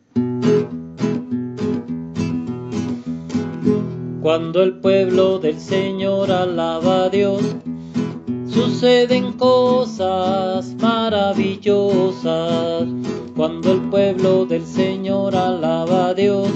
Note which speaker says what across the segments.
Speaker 1: Cuando el pueblo del Señor alaba a Dios, suceden cosas maravillosas. Cuando el pueblo del Señor alaba a Dios,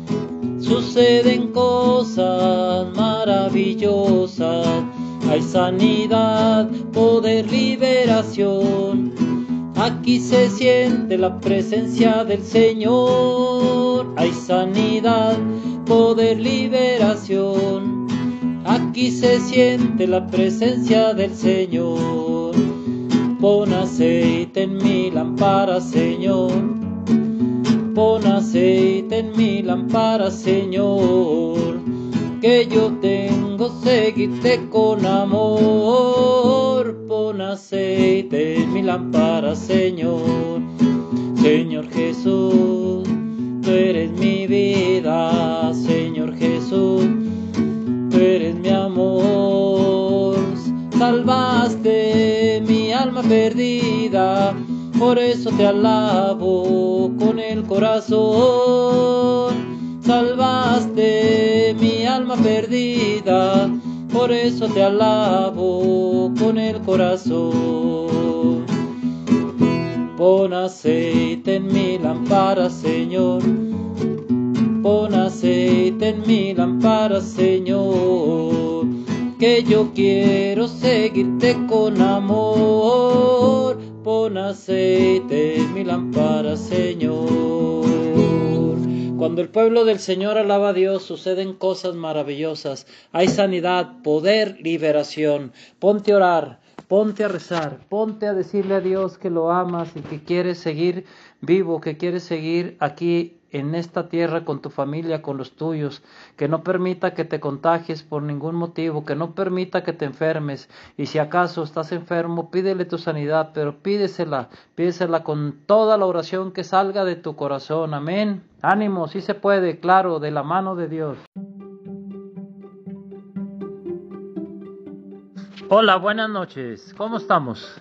Speaker 1: suceden cosas maravillosas. Hay sanidad, poder, liberación. Aquí se siente la presencia del Señor. Hay sanidad, poder, liberación. Aquí se siente la presencia del Señor. Pon aceite en mi lámpara, Señor. Pon aceite en mi lámpara, Señor. Que yo tengo seguirte con amor. Pon aceite en mi lámpara, Señor. Señor Jesús, tú eres mi vida, Señor Jesús. Tú eres mi amor, salvaste mi alma perdida, por eso te alabo con el corazón. Salvaste mi alma perdida, por eso te alabo con el corazón. Pon aceite en mi lámpara, Señor. Pon aceite en mi lámpara, Señor, que yo quiero seguirte con amor. Pon aceite en mi lámpara, Señor. Cuando el pueblo del Señor alaba a Dios, suceden cosas maravillosas. Hay sanidad, poder, liberación. Ponte a orar, ponte a rezar, ponte a decirle a Dios que lo amas y que quieres seguir vivo, que quieres seguir aquí en esta tierra con tu familia, con los tuyos, que no permita que te contagies por ningún motivo, que no permita que te enfermes, y si acaso estás enfermo, pídele tu sanidad, pero pídesela con toda la oración que salga de tu corazón. Amén. Ánimo, sí se puede, claro, de la mano de Dios. Hola, buenas noches, ¿cómo estamos?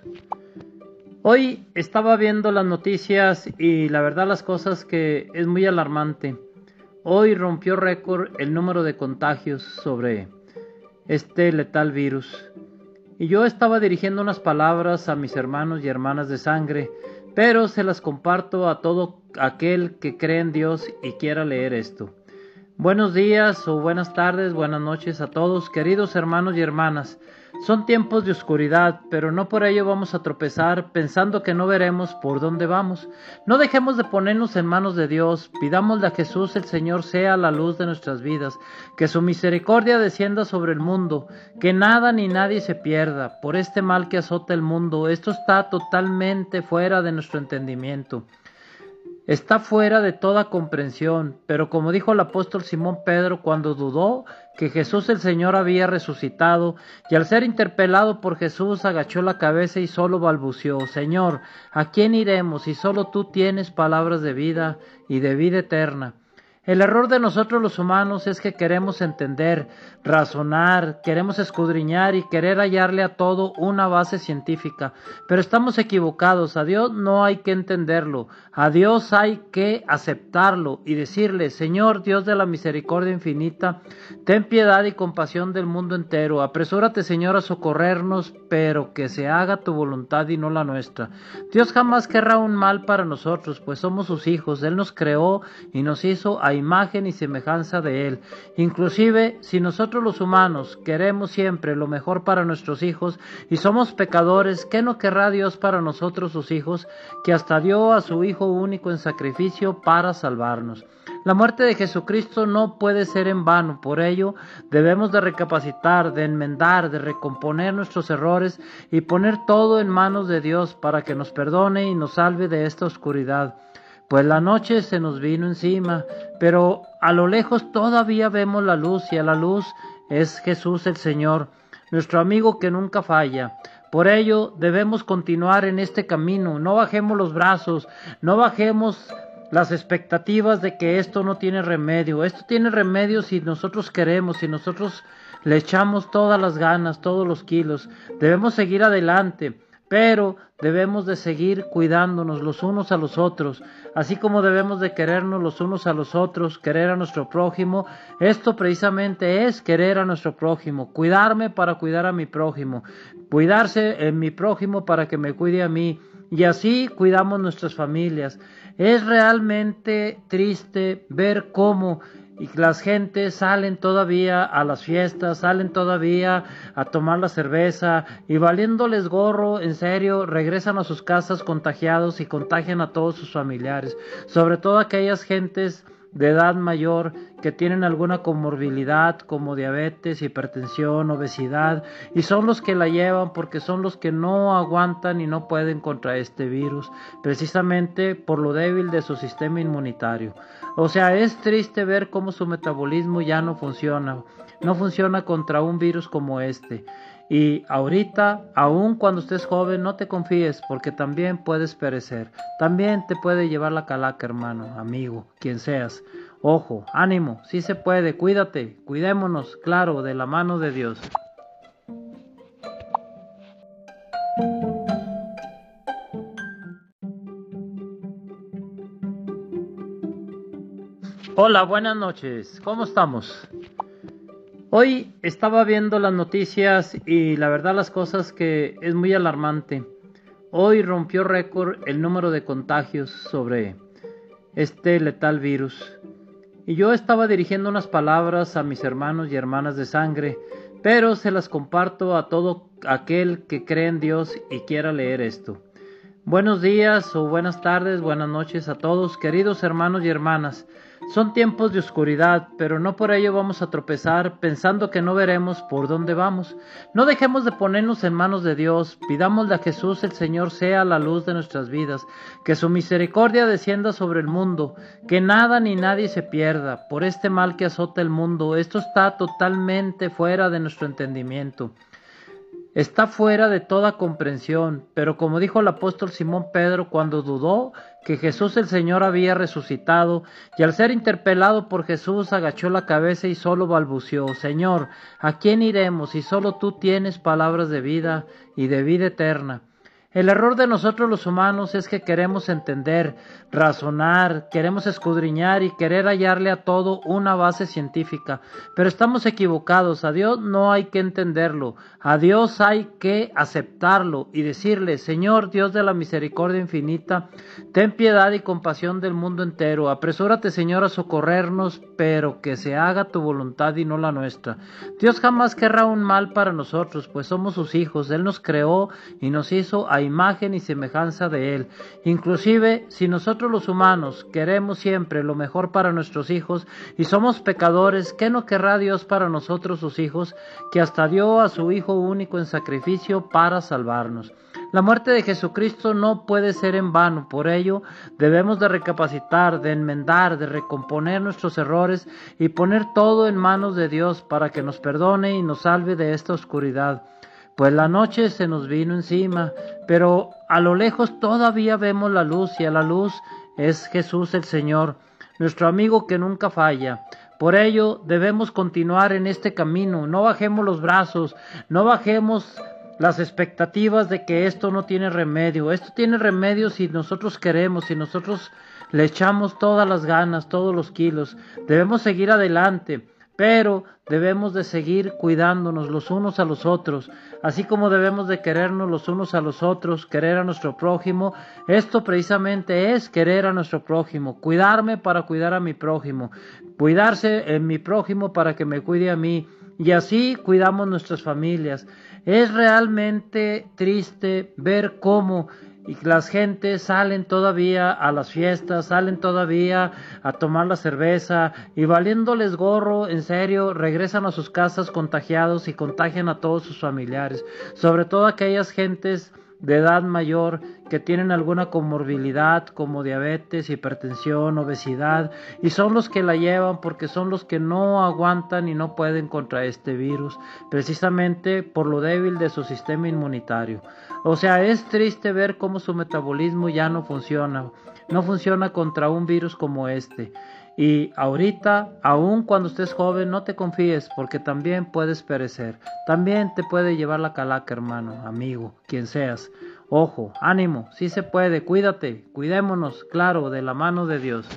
Speaker 1: Hoy estaba viendo las noticias y la verdad las cosas que es muy alarmante. Hoy rompió récord el número de contagios sobre este letal virus. Y yo estaba dirigiendo unas palabras a mis hermanos y hermanas de sangre, pero se las comparto a todo aquel que cree en Dios y quiera leer esto. Buenos días o buenas tardes, buenas noches a todos, queridos hermanos y hermanas. Son tiempos de oscuridad, pero no por ello vamos a tropezar pensando que no veremos por dónde vamos. No dejemos de ponernos en manos de Dios, pidámosle a Jesús el Señor sea la luz de nuestras vidas, que su misericordia descienda sobre el mundo, que nada ni nadie se pierda por este mal que azota el mundo. Esto está totalmente fuera de nuestro entendimiento. Está fuera de toda comprensión, pero como dijo el apóstol Simón Pedro cuando dudó que Jesús el Señor había resucitado, y al ser interpelado por Jesús agachó la cabeza y solo balbuceó: Señor, ¿a quién iremos si solo tú tienes palabras de vida y de vida eterna? El error de nosotros los humanos es que queremos entender, razonar, queremos escudriñar y querer hallarle a todo una base científica, pero estamos equivocados. A Dios no hay que entenderlo, a Dios hay que aceptarlo y decirle: Señor Dios de la misericordia infinita, ten piedad y compasión del mundo entero, apresúrate Señor a socorrernos, pero que se haga tu voluntad y no la nuestra. Dios jamás querrá un mal para nosotros, pues somos sus hijos. Él nos creó y nos hizo a imagen y semejanza de Él. Inclusive, si nosotros los humanos queremos siempre lo mejor para nuestros hijos y somos pecadores, ¿qué no querrá Dios para nosotros sus hijos, que hasta dio a su Hijo único en sacrificio para salvarnos? La muerte de Jesucristo no puede ser en vano, por ello debemos de recapacitar, de enmendar, de recomponer nuestros errores y poner todo en manos de Dios para que nos perdone y nos salve de esta oscuridad. Pues la noche se nos vino encima, pero a lo lejos todavía vemos la luz, y a la luz es Jesús el Señor, nuestro amigo que nunca falla. Por ello debemos continuar en este camino, no bajemos los brazos, no bajemos las expectativas de que esto no tiene remedio. Esto tiene remedio si nosotros queremos, si nosotros le echamos todas las ganas, todos los kilos. Debemos seguir adelante. pero debemos de seguir cuidándonos los unos a los otros, así como debemos de querernos los unos a los otros, querer a nuestro prójimo. Esto precisamente es querer a nuestro prójimo, cuidarme para cuidar a mi prójimo, cuidarse en mi prójimo para que me cuide a mí, y así cuidamos nuestras familias. Es realmente triste ver cómo y las gentes salen todavía a las fiestas, salen todavía a tomar la cerveza y valiéndoles gorro, en serio, regresan a sus casas contagiados y contagian a todos sus familiares, sobre todo aquellas gentes de edad mayor que tienen alguna comorbilidad como diabetes, hipertensión, obesidad, y son los que la llevan porque son los que no aguantan y no pueden contra este virus, precisamente por lo débil de su sistema inmunitario. O sea, es triste ver cómo su metabolismo ya no funciona contra un virus como este. Y ahorita, aun cuando estés joven, no te confíes porque también puedes perecer. También te puede llevar la calaca, hermano, amigo, quien seas. Ojo, ánimo, sí se puede, cuídate, cuidémonos, claro, de la mano de Dios. Hola, buenas noches, ¿cómo estamos? Hoy estaba viendo las noticias y la verdad las cosas que es muy alarmante. Hoy rompió récord el número de contagios sobre este letal virus. Y yo estaba dirigiendo unas palabras a mis hermanos y hermanas de sangre, pero se las comparto a todo aquel que cree en Dios y quiera leer esto. Buenos días o buenas tardes, buenas noches a todos, queridos hermanos y hermanas. Son tiempos de oscuridad, pero no por ello vamos a tropezar pensando que no veremos por dónde vamos. No dejemos de ponernos en manos de Dios, pidámosle a Jesús el Señor sea la luz de nuestras vidas, que su misericordia descienda sobre el mundo, que nada ni nadie se pierda por este mal que azota el mundo. Esto está totalmente fuera de nuestro entendimiento. Está fuera de toda comprensión, pero como dijo el apóstol Simón Pedro cuando dudó que Jesús el Señor había resucitado, y al ser interpelado por Jesús agachó la cabeza y solo balbuceó: Señor, ¿a quién iremos si solo tú tienes palabras de vida y de vida eterna? El error de nosotros los humanos es que queremos entender, razonar, queremos escudriñar y querer hallarle a todo una base científica, pero estamos equivocados. A Dios no hay que entenderlo, a Dios hay que aceptarlo y decirle: Señor Dios de la misericordia infinita, ten piedad y compasión del mundo entero, apresúrate Señor a socorrernos, pero que se haga tu voluntad y no la nuestra. Dios jamás querrá un mal para nosotros, pues somos sus hijos. Él nos creó y nos hizo a imagen y semejanza de Él. Inclusive, si nosotros los humanos queremos siempre lo mejor para nuestros hijos y somos pecadores, ¿qué no querrá Dios para nosotros sus hijos, que hasta dio a su Hijo único en sacrificio para salvarnos? La muerte de Jesucristo no puede ser en vano, por ello debemos de recapacitar, de enmendar, de recomponer nuestros errores y poner todo en manos de Dios para que nos perdone y nos salve de esta oscuridad. Pues la noche se nos vino encima, pero a lo lejos todavía vemos la luz, y a la luz es Jesús el Señor, nuestro amigo que nunca falla. Por ello debemos continuar en este camino, no bajemos los brazos, no bajemos las expectativas de que esto no tiene remedio. Esto tiene remedio si nosotros queremos, si nosotros le echamos todas las ganas, todos los kilos. Debemos seguir adelante, pero debemos de seguir cuidándonos los unos a los otros, así como debemos de querernos los unos a los otros, querer a nuestro prójimo. Esto precisamente es querer a nuestro prójimo, cuidarme para cuidar a mi prójimo, cuidarse en mi prójimo para que me cuide a mí, y así cuidamos nuestras familias. Es realmente triste ver cómo y las gentes salen todavía a las fiestas, salen todavía a tomar la cerveza y valiéndoles gorro, en serio, regresan a sus casas contagiados y contagian a todos sus familiares, sobre todo aquellas gentes de edad mayor que tienen alguna comorbilidad como diabetes, hipertensión, obesidad, y son los que la llevan porque son los que no aguantan y no pueden contra este virus, precisamente por lo débil de su sistema inmunitario. O sea, es triste ver cómo su metabolismo ya no funciona contra un virus como este. Y ahorita, aun cuando estés joven, no te confíes porque también puedes perecer. También te puede llevar la calaca, hermano, amigo, quien seas. Ojo, ánimo, sí se puede, cuídate, cuidémonos, claro, de la mano de Dios.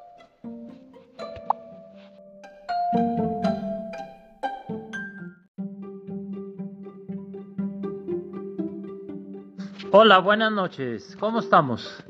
Speaker 1: Hola, buenas noches, ¿cómo estamos?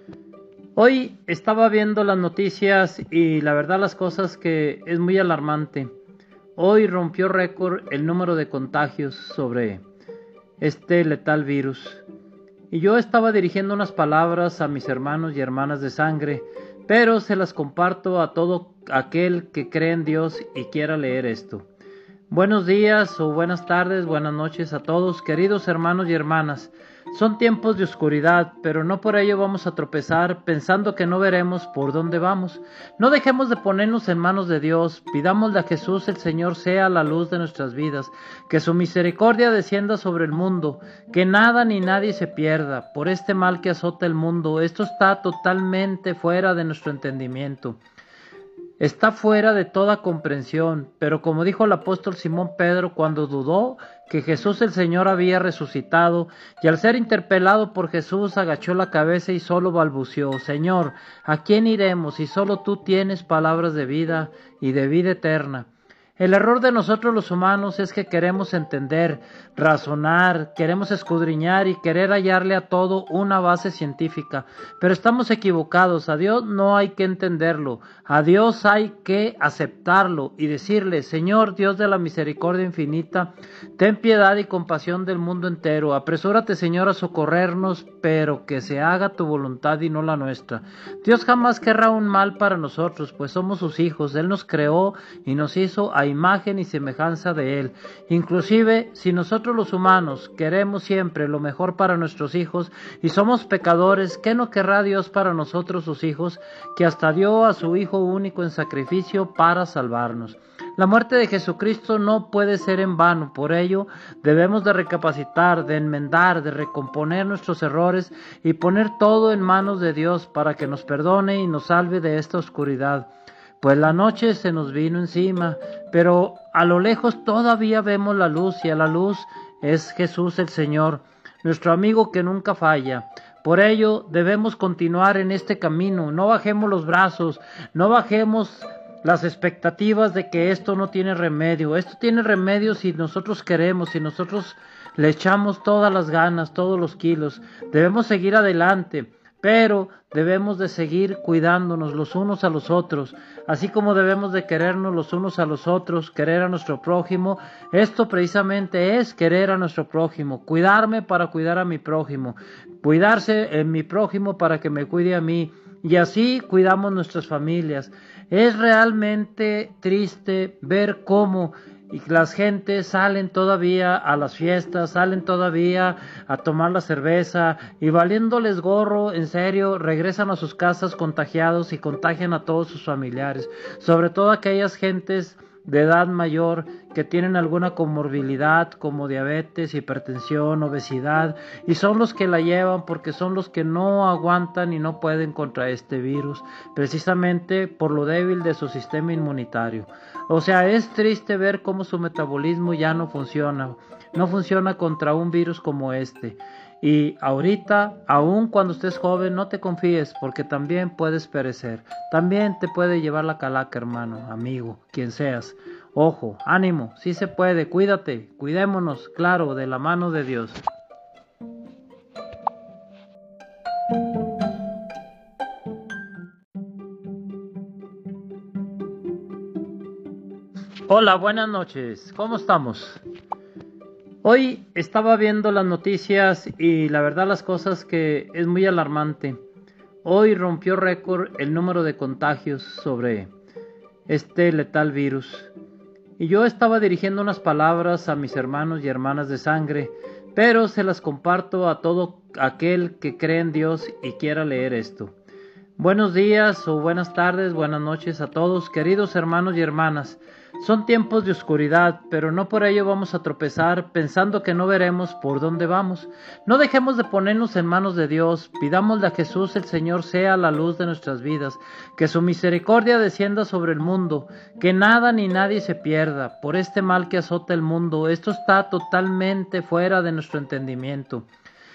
Speaker 1: Hoy estaba viendo las noticias y la verdad las cosas que es muy alarmante. Hoy rompió récord el número de contagios sobre este letal virus. Y yo estaba dirigiendo unas palabras a mis hermanos y hermanas de sangre, pero se las comparto a todo aquel que cree en Dios y quiera leer esto. Buenos días o buenas tardes, buenas noches a todos, queridos hermanos y hermanas. Son tiempos de oscuridad, pero no por ello vamos a tropezar pensando que no veremos por dónde vamos. No dejemos de ponernos en manos de Dios, pidámosle a Jesús el Señor sea la luz de nuestras vidas, que su misericordia descienda sobre el mundo, que nada ni nadie se pierda por este mal que azota el mundo. Esto está totalmente fuera de nuestro entendimiento. Está fuera de toda comprensión, pero como dijo el apóstol Simón Pedro cuando dudó que Jesús el Señor había resucitado, y al ser interpelado por Jesús agachó la cabeza y solo balbuceó: Señor, ¿a quién iremos si solo tú tienes palabras de vida y de vida eterna? El error de nosotros los humanos es que queremos entender, razonar, queremos escudriñar y querer hallarle a todo una base científica, pero estamos equivocados. A Dios no hay que entenderlo, a Dios hay que aceptarlo y decirle: Señor Dios de la misericordia infinita, ten piedad y compasión del mundo entero, apresúrate Señor a socorrernos, pero que se haga tu voluntad y no la nuestra. Dios jamás querrá un mal para nosotros, pues somos sus hijos. Él nos creó y nos hizo a imagen y semejanza de Él. Inclusive, si nosotros los humanos queremos siempre lo mejor para nuestros hijos y somos pecadores, ¿qué no querrá Dios para nosotros sus hijos, que hasta dio a su Hijo único en sacrificio para salvarnos? La muerte de Jesucristo no puede ser en vano, por ello debemos de recapacitar, de enmendar, de recomponer nuestros errores y poner todo en manos de Dios para que nos perdone y nos salve de esta oscuridad. Pues la noche se nos vino encima, pero a lo lejos todavía vemos la luz, y a la luz es Jesús el Señor, nuestro amigo que nunca falla. Por ello debemos continuar en este camino, no bajemos los brazos, no bajemos las expectativas de que esto no tiene remedio. Esto tiene remedio si nosotros queremos, si nosotros le echamos todas las ganas, todos los kilos. Debemos seguir adelante, pero debemos de seguir cuidándonos los unos a los otros, así como debemos de querernos los unos a los otros, querer a nuestro prójimo. Esto precisamente es querer a nuestro prójimo, cuidarme para cuidar a mi prójimo, cuidarse en mi prójimo para que me cuide a mí, y así cuidamos nuestras familias. Es realmente triste ver cómo las gentes salen todavía a las fiestas, salen todavía a tomar la cerveza y valiéndoles gorro, en serio, regresan a sus casas contagiados y contagian a todos sus familiares, sobre todo aquellas gentes de edad mayor que tienen alguna comorbilidad como diabetes, hipertensión, obesidad, y son los que la llevan porque son los que no aguantan y no pueden contra este virus, precisamente por lo débil de su sistema inmunitario. O sea, es triste ver cómo su metabolismo ya no funciona contra un virus como este. Y ahorita, aun cuando estés joven, no te confíes, porque también puedes perecer. También te puede llevar la calaca, hermano, amigo, quien seas. Ojo, ánimo, sí se puede, cuídate, cuidémonos, claro, de la mano de Dios. Hola, buenas noches, ¿cómo estamos? Hoy estaba viendo las noticias y la verdad las cosas que es muy alarmante. Hoy rompió récord el número de contagios sobre este letal virus. Y yo estaba dirigiendo unas palabras a mis hermanos y hermanas de sangre, pero se las comparto a todo aquel que cree en Dios y quiera leer esto. Buenos días o buenas tardes, buenas noches a todos, queridos hermanos y hermanas. Son tiempos de oscuridad, pero no por ello vamos a tropezar pensando que no veremos por dónde vamos. No dejemos de ponernos en manos de Dios, pidámosle a Jesús el Señor sea la luz de nuestras vidas, que su misericordia descienda sobre el mundo, que nada ni nadie se pierda por este mal que azota el mundo. Esto está totalmente fuera de nuestro entendimiento.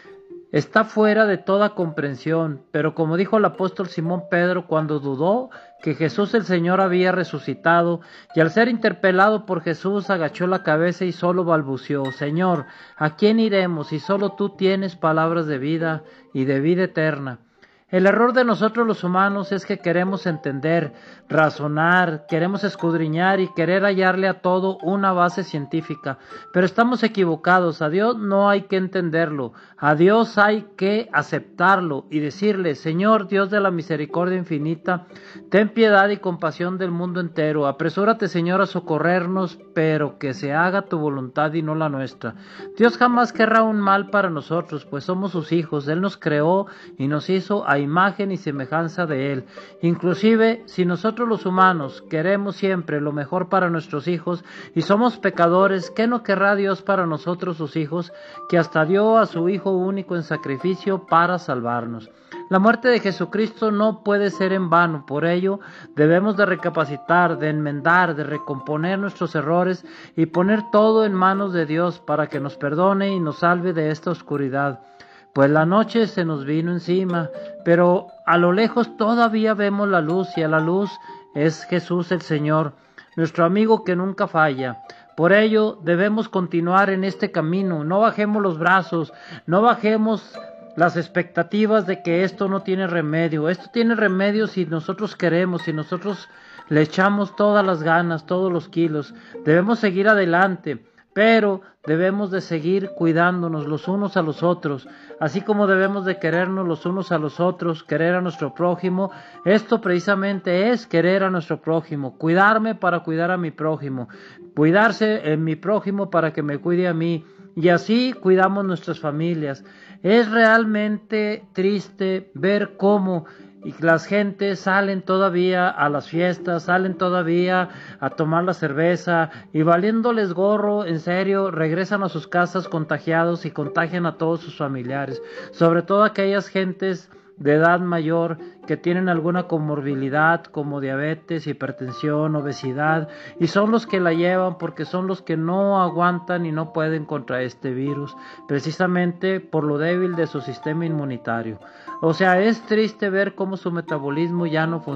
Speaker 1: está fuera de toda comprensión, pero como dijo el apóstol Simón Pedro cuando dudó que Jesús el Señor había resucitado, y al ser interpelado por Jesús agachó la cabeza y solo balbuceó: Señor, ¿a quién iremos si solo tú tienes palabras de vida y de vida eterna? El error de nosotros los humanos es que queremos entender, razonar, queremos escudriñar y querer hallarle a todo una base científica, pero estamos equivocados. A Dios no hay que entenderlo, a Dios hay que aceptarlo y decirle: Señor Dios de la misericordia infinita, ten piedad y compasión del mundo entero, apresúrate Señor a socorrernos, pero que se haga tu voluntad y no la nuestra. Dios jamás querrá un mal para nosotros, pues somos sus hijos. Él nos creó y nos hizo a imagen y semejanza de Él. Inclusive, si nosotros los humanos queremos siempre lo mejor para nuestros hijos y somos pecadores, ¿qué no querrá Dios para nosotros sus hijos, que hasta dio a su Hijo único en sacrificio para salvarnos? La muerte de Jesucristo no puede ser en vano, por ello debemos de recapacitar, de enmendar, de recomponer nuestros errores y poner todo en manos de Dios para que nos perdone y nos salve de esta oscuridad. Pues la noche se nos vino encima, pero a lo lejos todavía vemos la luz, y a la luz es Jesús el Señor, nuestro amigo que nunca falla. Por ello debemos continuar en este camino, no bajemos los brazos, no bajemos las expectativas de que esto no tiene remedio. Esto tiene remedio si nosotros queremos, si nosotros le echamos todas las ganas, todos los kilos. Debemos seguir adelante, pero debemos de seguir cuidándonos los unos a los otros, así como debemos de querernos los unos a los otros, querer a nuestro prójimo. Esto precisamente es querer a nuestro prójimo, cuidarme para cuidar a mi prójimo, cuidarse en mi prójimo para que me cuide a mí, y así cuidamos nuestras familias. Es realmente triste ver cómo las gentes salen todavía a las fiestas, salen todavía a tomar la cerveza y valiéndoles gorro, en serio, regresan a sus casas contagiados y contagian a todos sus familiares, sobre todo aquellas gentes de edad mayor que tienen alguna comorbilidad como diabetes, hipertensión, obesidad, y son los que la llevan porque son los que no aguantan y no pueden contra este virus, precisamente por lo débil de su sistema inmunitario. O sea, es triste ver cómo su metabolismo ya no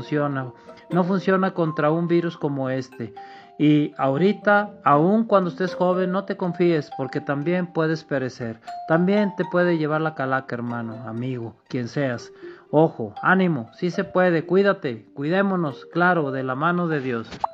Speaker 1: funciona contra un virus como este. Y ahorita, aun cuando estés joven, no te confíes, porque también puedes perecer. También te puede llevar la calaca, hermano, amigo, quien seas. Ojo, ánimo, sí se puede, cuídate, cuidémonos, claro, de la mano de Dios.